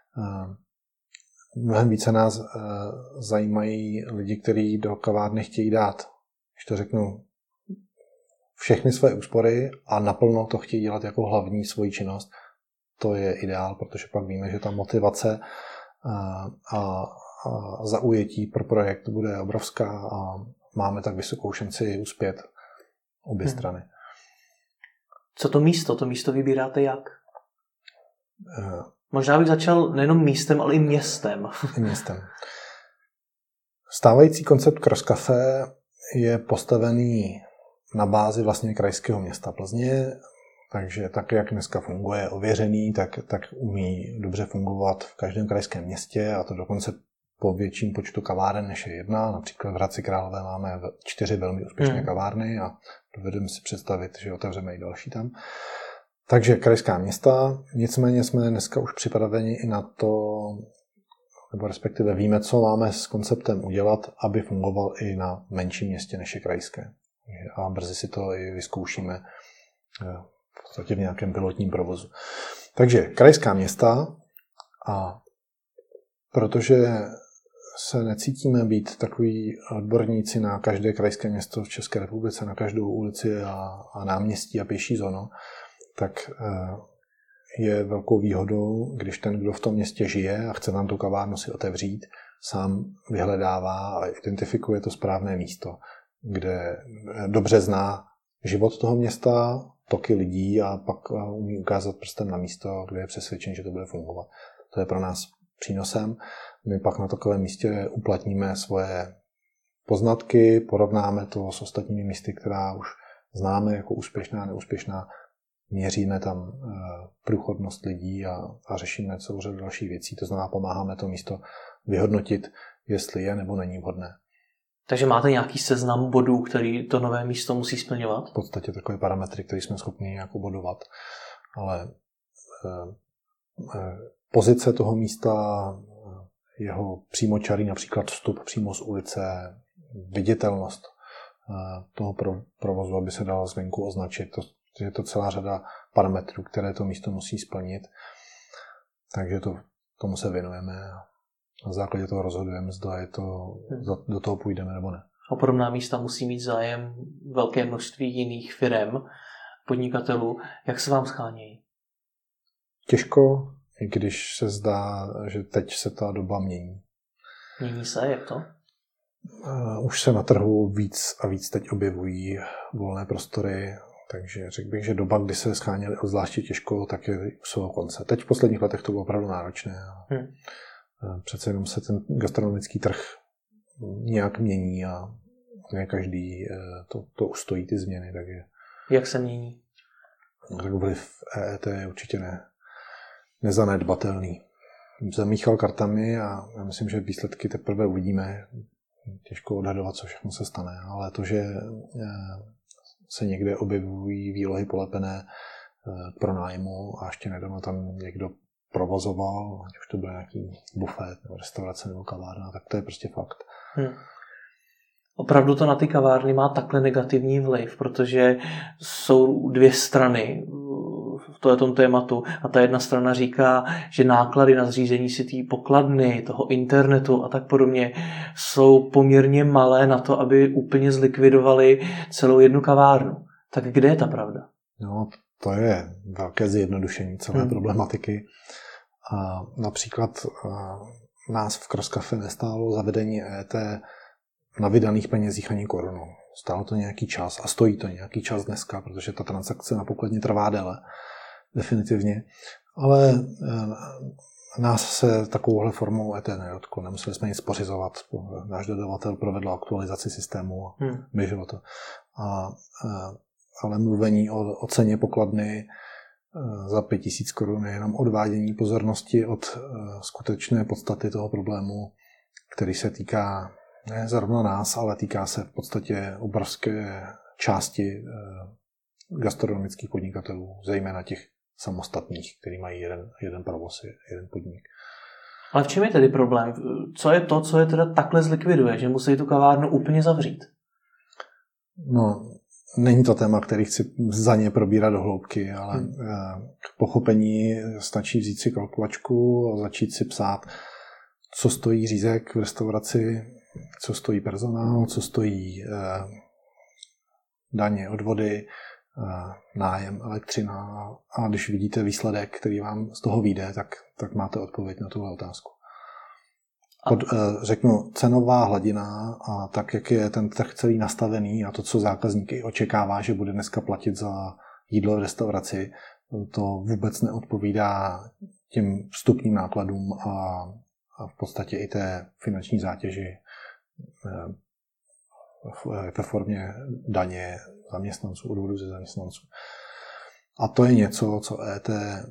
S2: Mnohem více nás zajímají lidi, kteří do kavárny chtějí dát, když to řeknu, všechny své úspory a naplno to chtějí dělat jako hlavní svoji činnost. To je ideál, protože pak víme, že ta motivace a zaujetí pro projekt bude obrovská a máme tak vysokou šanci uspět obě strany.
S1: Co to místo? To místo vybíráte jak? Možná bych začal nejenom místem, ale i městem.
S2: Městem. Stávající koncept Cross Café je postavený na bázi vlastně krajského města Plzně, takže tak, jak dneska funguje ověřený, tak umí dobře fungovat v každém krajském městě a to dokonce po větším počtu kaváren než je jedna. Například v Hradci Králové máme 4 velmi úspěšné kavárny a dovedeme si představit, že otevřeme i další tam. Takže krajská města, nicméně jsme dneska už připraveni i na to, nebo respektive víme, co máme s konceptem udělat, aby fungoval i na menším městě než je krajské. A brzy si to i vyzkoušíme v podstatě v nějakém pilotním provozu. Takže krajská města a protože se necítíme být takový odborníci na každé krajské město v České republice, na každou ulici a náměstí a pěší zónu, tak je velkou výhodou, když ten, kdo v tom městě žije a chce tam tu kavárnu si otevřít, sám vyhledává a identifikuje to správné místo, kde dobře zná život toho města, toky lidí a pak umí ukázat prstem na místo, kde je přesvědčen, že to bude fungovat. To je pro nás přínosem. My pak na takovém místě uplatníme svoje poznatky, porovnáme to s ostatními místy, která už známe jako úspěšná, neúspěšná. Měříme tam průchodnost lidí a řešíme celou řadu dalších věcí. To znamená, pomáháme to místo vyhodnotit, jestli je nebo není vhodné.
S1: Takže máte nějaký seznam bodů, který to nové místo musí splňovat?
S2: V podstatě takové parametry, které jsme schopni nějak obodovat. Ale pozice toho místa, jeho přímočarý, například vstup přímo z ulice, viditelnost toho provozu, aby se dalo zvenku označit. Je to celá řada parametrů, které to místo musí splnit. Takže tomu se věnujeme a na základě toho rozhodujeme, zda do toho půjdeme nebo ne.
S1: A podobná místa musí mít zájem velké množství jiných firem, podnikatelů. Jak se vám schánějí?
S2: Těžko, i když se zdá, že teď se ta doba mění.
S1: Mění se? Jak to?
S2: Už se na trhu víc a víc teď objevují volné prostory, takže řekl bych, že doba, kdy se scháněli zvláště těžko, tak je u svého konce. Teď v posledních letech to bylo opravdu náročné. Přece jenom se ten gastronomický trh nějak mění a ne každý to ustojí ty změny. Takže...
S1: Jak se mění?
S2: Tak vliv EET je určitě nezanedbatelný. Zamíchal kartami a já myslím, že výsledky teprve uvidíme. Těžko odhadovat, co všechno se stane, ale to, že se někde objevují výlohy polepené k pronájmu a ještě nedávno tam někdo provozoval, ať už to byl nějaký bufet nebo restaurace nebo kavárna, tak to je prostě fakt.
S1: Opravdu to na ty kavárny má takhle negativní vliv, protože jsou dvě strany v tom tématu a ta jedna strana říká, že náklady na zřízení si té pokladny, toho internetu a tak podobně jsou poměrně malé na to, aby úplně zlikvidovali celou jednu kavárnu. Tak kde je ta pravda?
S2: No, to je velké zjednodušení celé problematiky. A například nás v Cross Café nestálo zavedení EET na vydaných penězích ani korunu. Stálo to nějaký čas a stojí to nějaký čas dneska, protože ta transakce na pokladně trvá déle. Definitivně. Ale nás se takovouhle formou EET nedotklo. Nemuseli jsme nic pořizovat. Náš dodavatel provedl aktualizaci systému a běželo to. Ale mluvení o ceně pokladny za 5 000 korun je jenom odvádění pozornosti od skutečné podstaty toho problému, který se týká ne zrovna nás, ale týká se v podstatě obrovské části gastronomických podnikatelů, zejména těch samostatných, kteří mají jeden provoz, jeden podnik.
S1: Ale v čem je tedy problém? Co je to, co je teda takhle zlikviduje, že musí tu kavárnu úplně zavřít?
S2: No, není to téma, který chci za ně probírat do hloubky, ale k pochopení stačí vzít si kalkulačku a začít si psát, co stojí řízek v restauraci, co stojí personál, co stojí daně, odvody, nájem, elektřina, a když vidíte výsledek, který vám z toho vyjde, tak máte odpověď na tuhle otázku. Řeknu, cenová hladina a tak, jak je ten trh celý nastavený a to, co zákazníky očekává, že bude dneska platit za jídlo v restauraci, to vůbec neodpovídá těm vstupním nákladům a v podstatě i té finanční zátěži ve formě daně zaměstnanců, odvodů ze zaměstnanců. A to je něco, co EET,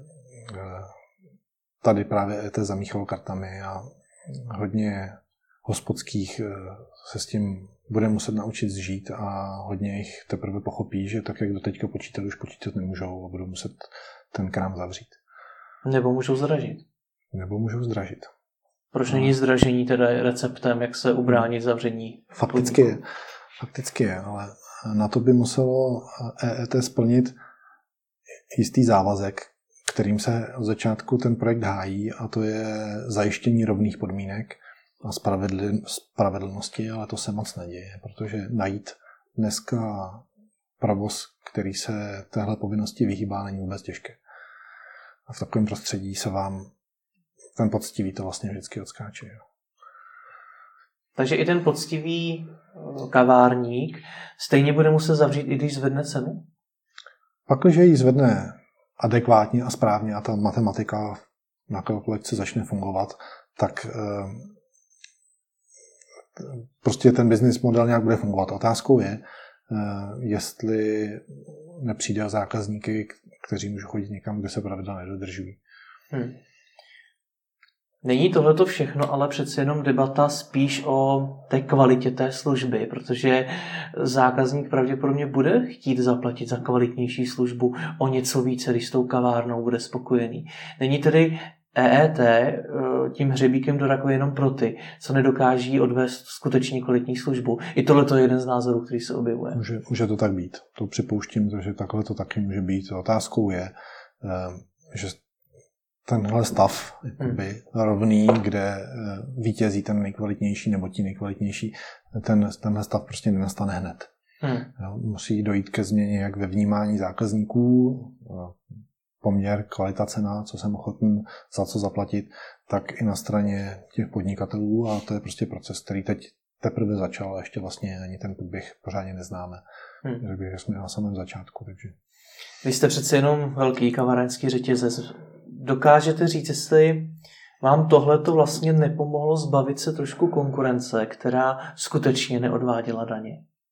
S2: tady právě EET zamíchalo kartami a hodně hospodských se s tím bude muset naučit zžít a hodně jich teprve pochopí, že tak, jak do teďka počítali, už počítat nemůžou a budou muset ten krám zavřít.
S1: Nebo můžou zdražit. Proč není zdražení teda receptem, jak se ubránit zavření?
S2: Fakticky je, ale na to by muselo EET splnit jistý závazek, kterým se od začátku ten projekt hájí, a to je zajištění rovných podmínek a spravedlnosti, ale to se moc neděje, protože najít dneska provoz, který se téhle povinnosti vyhýbá, není vůbec těžké. A v takovém prostředí se vám ten poctivý to vlastně vždycky odskáče. Jo.
S1: Takže i ten poctivý kavárník stejně bude muset zavřít, i když zvedne cenu?
S2: Pakliže ji zvedne adekvátně a správně a ta matematika na kalkulaci začne fungovat, tak prostě ten business model nějak bude fungovat. Otázkou je, jestli nepřijde o zákazníky, kteří můžou chodit někam, kde se pravidla nedodržují.
S1: Není tohleto všechno, ale přece jenom debata spíš o té kvalitě té služby, protože zákazník pravděpodobně bude chtít zaplatit za kvalitnější službu o něco více, když s tou kavárnou bude spokojený. Není tedy EET tím hřebíkem do rakve jenom pro ty, co nedokáží odvést skutečně kvalitní službu. I tohle je jeden z názorů, který se objevuje.
S2: Může to tak být. To připouštím, že takhle to taky může být. Otázkou je, že tenhle stav rovný, kde vítězí ten nejkvalitnější nebo ti nejkvalitnější, tenhle stav prostě nenastane hned. Musí dojít ke změně jak ve vnímání zákazníků, poměr kvalita cena, co jsem ochoten za co zaplatit, tak i na straně těch podnikatelů, a to je prostě proces, který teď teprve začal a ještě vlastně ani ten průběh pořádně neznáme. Řekl bych, že jsme na samém začátku. Takže.
S1: Vy jste přece jenom velký kavárenský řetězec. Dokážete říct, jestli vám tohleto vlastně nepomohlo zbavit se trošku konkurence, která skutečně neodváděla daně?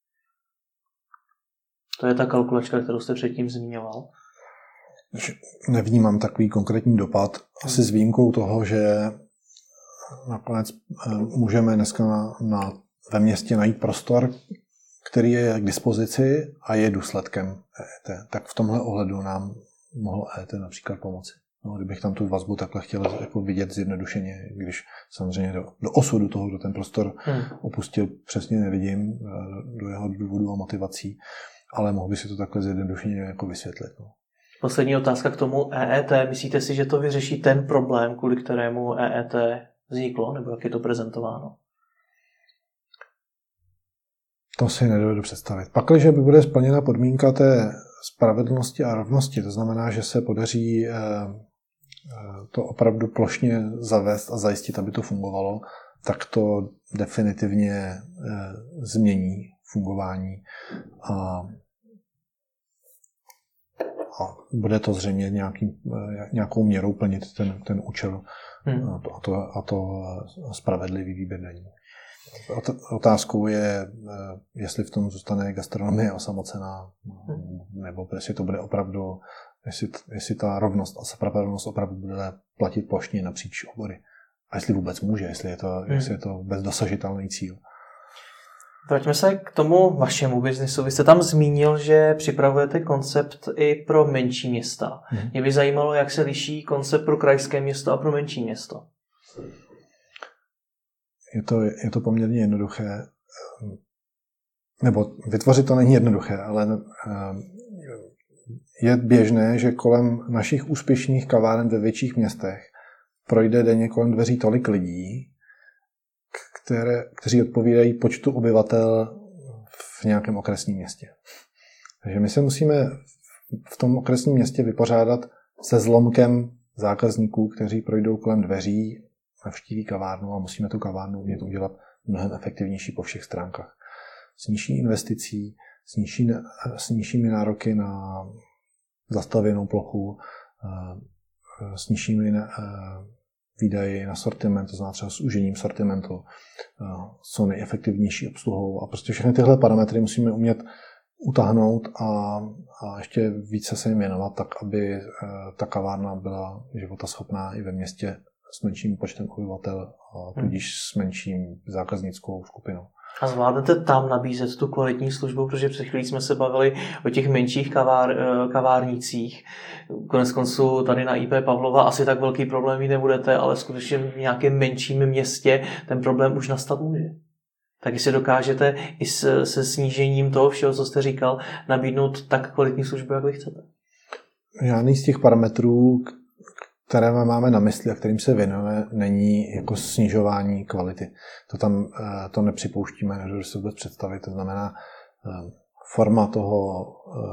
S1: To je ta kalkulačka, kterou jste předtím zmiňoval.
S2: Nevnímám takový konkrétní dopad. Asi s výjimkou toho, že nakonec můžeme dneska ve městě najít prostor, který je k dispozici a je důsledkem EET. Tak v tomhle ohledu nám mohlo EET například pomoci. No, kdybych tam tu vazbu takhle chtěl jako vidět zjednodušeně, když samozřejmě do osudu toho, kdo ten prostor opustil, přesně nevidím, do jeho důvodů a motivací, ale mohl by si to takhle zjednodušeně jako vysvětlit. No.
S1: Poslední otázka k tomu EET. Myslíte si, že to vyřeší ten problém, kvůli kterému EET vzniklo, nebo jak je to prezentováno?
S2: To si nedovedu představit. Pakliže by bude splněna podmínka té spravedlnosti a rovnosti, to znamená, že se podaří to opravdu plošně zavést a zajistit, aby to fungovalo, tak to definitivně změní fungování a bude to zřejmě nějakou měrou plnit ten účel a to spravedlivý výběr daní. Otázkou je, jestli v tom zůstane gastronomie osamocená, nebo jestli to bude opravdu, jestli ta rovnost a spravedlnost opravdu bude platit plošně napříč obory. A jestli vůbec může, jestli je to vůbec dosažitelný cíl.
S1: Vraťme se k tomu vašemu biznisu. Vy jste tam zmínil, že připravujete koncept i pro menší města. Mě by zajímalo, jak se liší koncept pro krajské město a pro menší město.
S2: Je to poměrně jednoduché. Nebo vytvořit to není jednoduché, ale je běžné, že kolem našich úspěšných kaváren ve větších městech projde denně kolem dveří tolik lidí, kteří odpovídají počtu obyvatel v nějakém okresním městě. Takže my se musíme v tom okresním městě vypořádat se zlomkem zákazníků, kteří projdou kolem dveří, navštíví kavárnu a musíme tu kavárnu umět udělat mnohem efektivnější po všech stránkách. S nižší investicí, s nižšími nároky na zastavěnou plochu, s nižšími výdaji na sortiment, to znamená třeba s úžením sortimentu, co nejefektivnější obsluhou. A prostě všechny tyhle parametry musíme umět utáhnout a ještě více se jim věnovat, tak aby ta kavárna byla životaschopná i ve městě s menším počtem obyvatel a tudíž s menším zákaznickou skupinou.
S1: A zvládnete tam nabízet tu kvalitní službu, protože před chvílí jsme se bavili o těch menších kavárnicích. Koneckonců tady na IP Pavlova asi tak velký problém mít nebudete, ale skutečně v nějakém menším městě ten problém už nastat může. Tak jestli dokážete i se snížením toho všeho, co jste říkal, nabídnout tak kvalitní službu, jak vy chcete.
S2: Žádný z těch parametrů, které máme na mysli a kterým se věnujeme, není jako snižování kvality. To nepřipouštíme, nedovedu si vůbec představit. To znamená, forma toho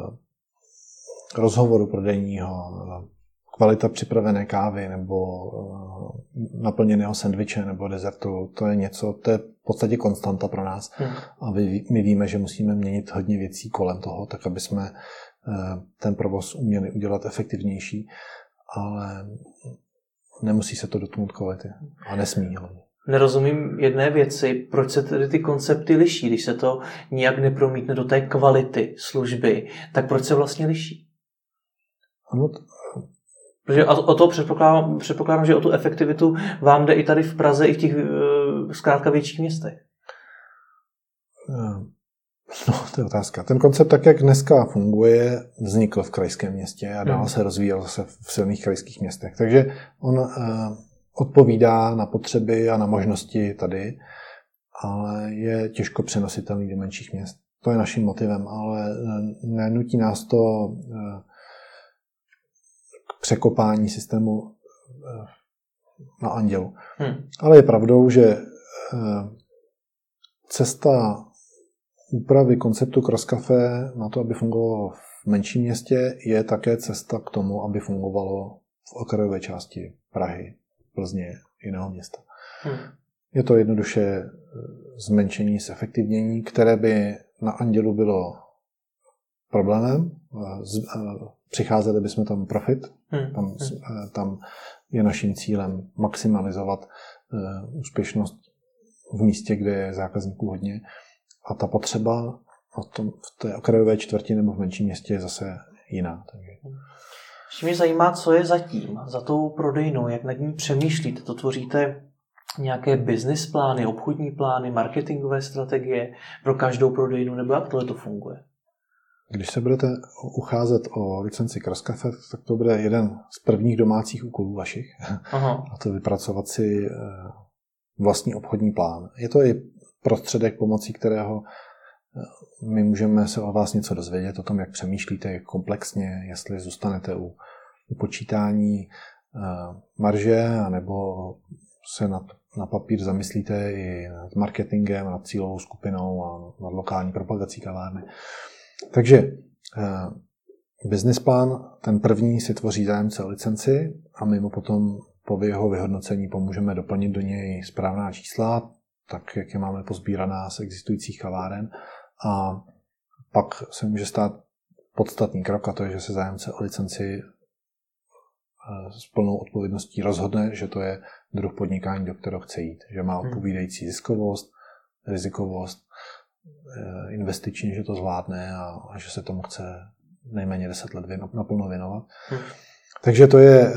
S2: rozhovoru prodejního, kvalita připravené kávy nebo naplněného sendviče nebo dezertu, to je v podstatě konstanta pro nás. A my víme, že musíme měnit hodně věcí kolem toho, tak aby jsme ten provoz uměli udělat efektivnější, ale nemusí se to dotknout kvality a nesmí.
S1: Nerozumím jedné věci, proč se tedy ty koncepty liší, když se to nijak nepromítne do té kvality služby, tak proč se vlastně liší?
S2: Ano.
S1: Protože o to předpokládám, že o tu efektivitu vám jde i tady v Praze, i v těch zkrátka větších městech.
S2: No, to je otázka. Ten koncept, tak jak dneska funguje, vznikl v krajském městě a dál se rozvíjel zase v silných krajských městech. Takže on odpovídá na potřeby a na možnosti tady, ale je těžko přenositelný do menších měst. To je naším motivem, ale nenutí nás to k překopání systému na andělu. Ale je pravdou, že cesta úpravy konceptu Cross Café na to, aby fungovalo v menším městě, je také cesta k tomu, aby fungovalo v okrajové části Prahy, Plzně, jiného města. Je to jednoduše zmenšení, zefektivnění, které by na andělu bylo problémem. Přicházeli bychom tam profit. Tam je naším cílem maximalizovat úspěšnost v místě, kde je zákazníků hodně. A ta potřeba v té okrajové čtvrti nebo v menším městě je zase jiná. Takže.
S1: Ještě mě zajímá, co je za tou prodejnou, jak nad ní přemýšlíte. To tvoříte nějaké business plány, obchodní plány, marketingové strategie pro každou prodejnu, nebo jak tohle to funguje?
S2: Když se budete ucházet o licenci Cross Café, tak to bude jeden z prvních domácích úkolů vašich. Aha. A to vypracovat si vlastní obchodní plán. Je to i prostředek, pomocí kterého my můžeme se o vás něco dozvědět, o tom, jak přemýšlíte, jak komplexně, jestli zůstanete u počítání marže, anebo se na papír zamyslíte i nad marketingem, nad cílovou skupinou a nad lokální propagací kavárny. Takže business plán, ten první si tvoří zájemce o licenci a my mu potom po jeho vyhodnocení pomůžeme doplnit do něj správná čísla, tak jak je máme pozbíraná z existujících kaváren. A pak se může stát podstatný krok, a to je, že se zájemce o licenci s plnou odpovědností rozhodne, že to je druh podnikání, do kterého chce jít. Že má odpovídající ziskovost, rizikovost, investiční, že to zvládne a že se tomu chce nejméně 10 let naplno věnovat. Takže to je,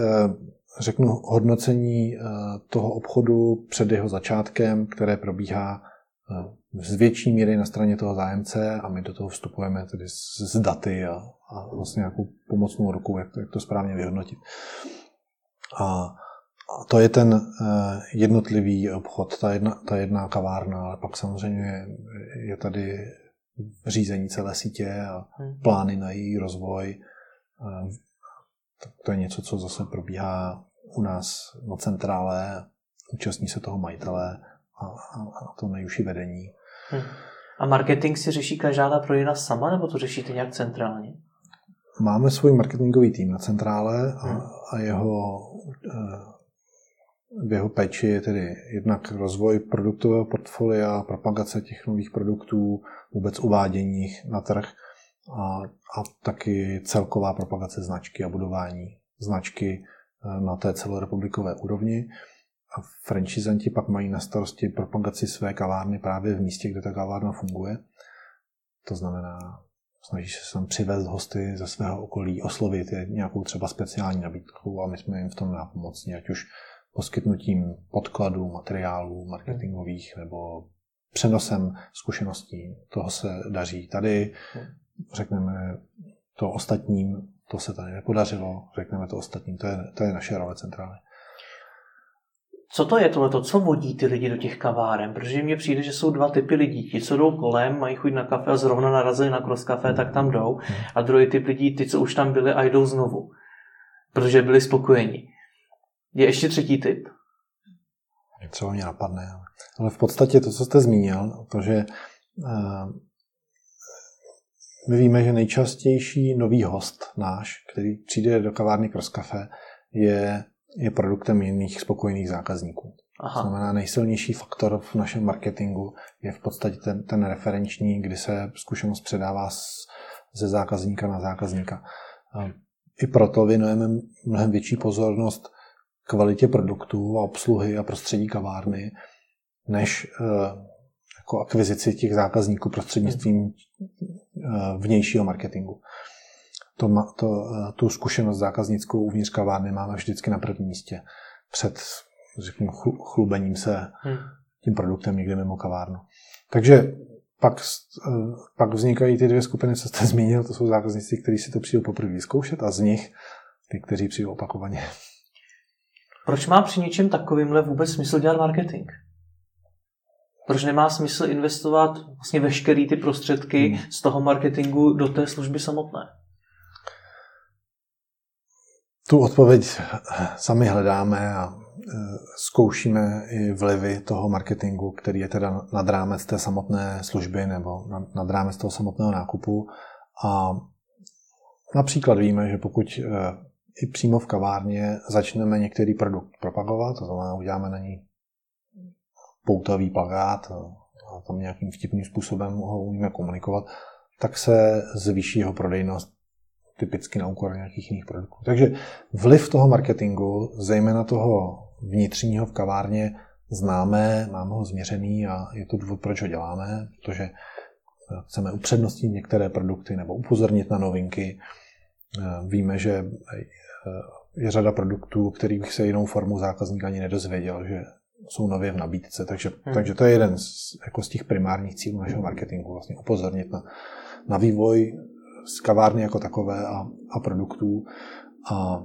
S2: řeknu, hodnocení toho obchodu před jeho začátkem, které probíhá z větší míry na straně toho zájemce a my do toho vstupujeme tedy s daty a vlastně nějakou pomocnou rukou, jak to správně vyhodnotit. A to je ten jednotlivý obchod, ta jedna kavárna, ale pak samozřejmě je tady řízení celé sítě a plány na její rozvoj. To je něco, co zase probíhá u nás na centrále, účastní se toho majitele a to nejužší vedení.
S1: A marketing si řeší každá ta prodejna sama, nebo to řešíte nějak centrálně?
S2: Máme svůj marketingový tým na centrále a v jeho péči je tedy jednak rozvoj produktového portfolia, propagace těch nových produktů, vůbec uvádění jich na trh a taky celková propagace značky a budování značky na té celorepublikové úrovni. A franchisanti pak mají na starosti propagaci své kavárny právě v místě, kde ta kavárna funguje. To znamená, snaží se tam přivést hosty ze svého okolí, oslovit je nějakou třeba speciální nabídkou a my jsme jim v tom nápomocní, ať už poskytnutím podkladů, materiálů marketingových nebo přenosem zkušeností. Toho se daří tady. Řekneme to ostatním, to se tady nepodařilo, řekneme to ostatním, to je naše role centrály.
S1: Co to je tohleto? Co vodí ty lidi do těch kaváren? Protože mně přijde, že jsou dva typy lidí. Ti, co jdou kolem, mají chuť na kafe a zrovna narazili na Cross Café, tak tam jdou. A druhý typ lidí, ty, co už tam byli a jdou znovu. Protože byli spokojeni. Je ještě třetí typ?
S2: Co mě napadne. Ale v podstatě to, co jste zmínil, to, že my víme, že nejčastější nový host náš, který přijde do kavárny Cross Café, je produktem jiných spokojených zákazníků. To znamená, nejsilnější faktor v našem marketingu je v podstatě ten referenční, kdy se zkušenost předává ze zákazníka na zákazníka. I proto věnujeme mnohem větší pozornost kvalitě produktů a obsluhy a prostředí kavárny, než jako akvizici těch zákazníků prostřednictvím vnějšího marketingu. Tu zkušenost zákaznickou uvnitř kavárny máme vždycky na prvním místě. Před, řekněme, chlubením se tím produktem někde mimo kavárnu. Takže pak vznikají ty dvě skupiny, co jste zmínil, to jsou zákazníci, kteří si to přijdou poprvé vyzkoušet a z nich ty, kteří přijdou opakovaně.
S1: Proč má při něčem takovýmhle vůbec smysl dělat marketing? Proč nemá smysl investovat vlastně veškerý ty prostředky z toho marketingu do té služby samotné?
S2: Tu odpověď sami hledáme a zkoušíme i vlivy toho marketingu, který je teda nad rámec té samotné služby nebo nad rámec toho samotného nákupu. A například víme, že pokud i přímo v kavárně začneme některý produkt propagovat, to znamená, uděláme na ní poutavý plakát a tam nějakým vtipným způsobem ho umíme komunikovat, tak se zvýší jeho prodejnost typicky na úkor nějakých jiných produktů. Takže vliv toho marketingu, zejména toho vnitřního v kavárně, známe, máme ho změřený a je to důvod, proč ho děláme, protože chceme upřednostnit některé produkty nebo upozornit na novinky. Víme, že je řada produktů, kterých bych se jinou formou zákazník ani nedozvěděl, že jsou nově v nabídce. Takže to je jeden z těch primárních cílů našeho marketingu, vlastně upozornit na vývoj z kavárny jako takové a produktů. A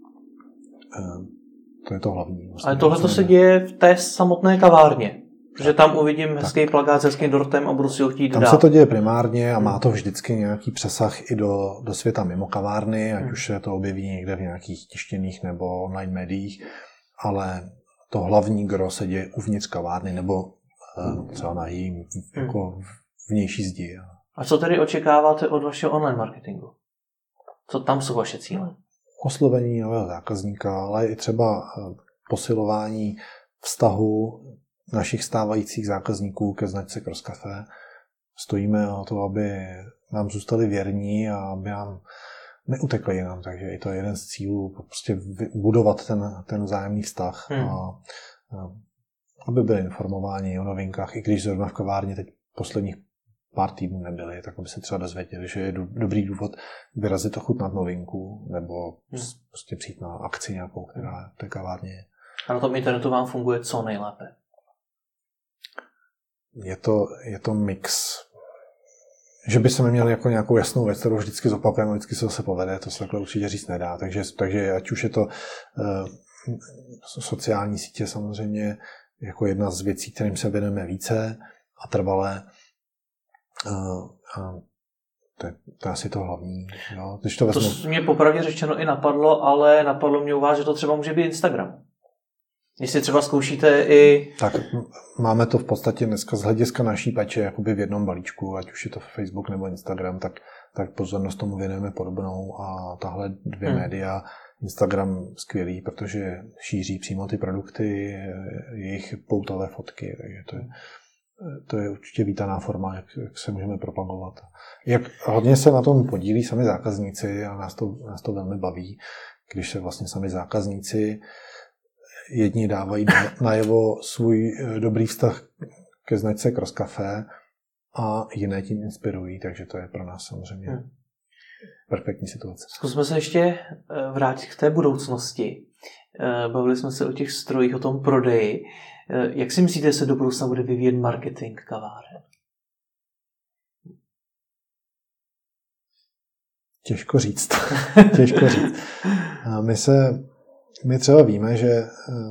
S2: to je to hlavní. Vlastně.
S1: Ale tohle se děje v té samotné kavárně. Protože tam uvidím hezký plakát s hezkým dortem a budu si ho chtít dát.
S2: Tam se to děje primárně a má to vždycky nějaký přesah i do světa mimo kavárny, ať už se to objeví někde v nějakých tištěných nebo online médiích, ale to hlavní gro se děje uvnitř kavárny nebo třeba na jejím jako vnější zdi.
S1: A co tedy očekáváte od vašeho online marketingu? Co tam jsou vaše cíle?
S2: Oslovení nového zákazníka, ale i třeba posilování vztahu našich stávajících zákazníků ke značce Cross Café. Stojíme o to, aby nám zůstali věrní a aby nám neutekli jinam. Takže je to jeden z cílů, prostě budovat ten vzájemný vztah a aby byli informováni o novinkách, i když zrovna v kavárně teď posledních pár týdnů nebyli, tak aby se třeba dozvěděli, že je dobrý důvod vyrazit ochutnat novinku nebo prostě přijít na akci nějakou, která v té kavárně je.
S1: A na tom internetu vám funguje co nejlépe?
S2: je to mix. Že by se měl jako nějakou jasnou věc, kterou vždycky zopakujeme, vždycky se zase povede, to se takhle určitě říct nedá. Takže ať už je to sociální sítě samozřejmě jako jedna z věcí, kterým se věnujeme více a trvalé. To je asi to hlavní. Jo. Když to
S1: mě popravdě řečeno i napadlo, ale napadlo mě u vás, že to třeba může být Instagram. Jestli třeba zkoušíte i...
S2: Tak máme to v podstatě dneska z hlediska naší péče jakoby v jednom balíčku, ať už je to Facebook nebo Instagram, tak pozornost tomu věnujeme podobnou a tahle dvě média, Instagram skvělý, protože šíří přímo ty produkty, jejich poutové fotky, takže to je určitě vítaná forma, jak se můžeme propagovat. Jak hodně se na tom podílí sami zákazníci a nás to velmi baví, když se vlastně sami zákazníci jedni dávají najevo svůj dobrý vztah ke značce Cross Café a jiné tím inspirují, takže to je pro nás samozřejmě perfektní situace.
S1: Zkusme se ještě vrátit k té budoucnosti. Bavili jsme se o těch strojích, o tom prodeji. Jak si myslíte, že se do budoucna bude vyvíjet marketing kaváren?
S2: Těžko říct. My třeba víme, že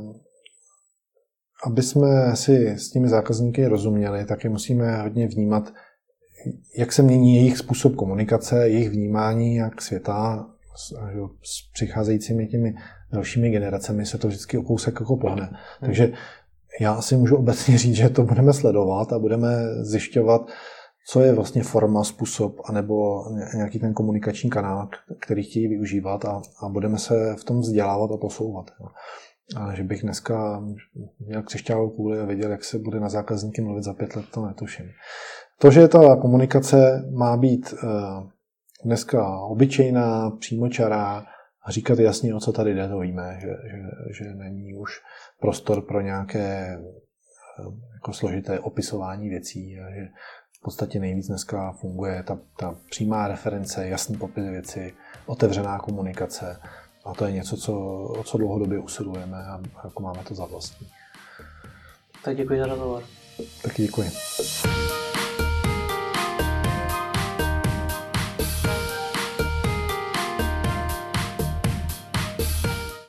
S2: aby jsme si s těmi zákazníky rozuměli, tak je musíme hodně vnímat, jak se mění jejich způsob komunikace, jejich vnímání, jak světa s přicházejícími těmi dalšími generacemi se to vždycky o kousek jako pohne. Takže já asi můžu obecně říct, že to budeme sledovat a budeme zjišťovat, co je vlastně forma, způsob, anebo nějaký ten komunikační kanál, který chtějí využívat a budeme se v tom vzdělávat a posouvat. Ale že bych dneska měl křišťálovou kouli a věděl, jak se bude na zákazníky mluvit za 5 let, to netuším. To, že ta komunikace má být dneska obyčejná, přímočará a říkat jasně, o co tady jde, to víme, že není už prostor pro nějaké jako složité opisování věcí a že v podstatě nejvíc dneska funguje ta přímá reference, jasný popis věci, otevřená komunikace a to je něco, o co dlouhodobě usilujeme a jako máme to za vlastní.
S1: Tak děkuji za rozhovor.
S2: Taky děkuji.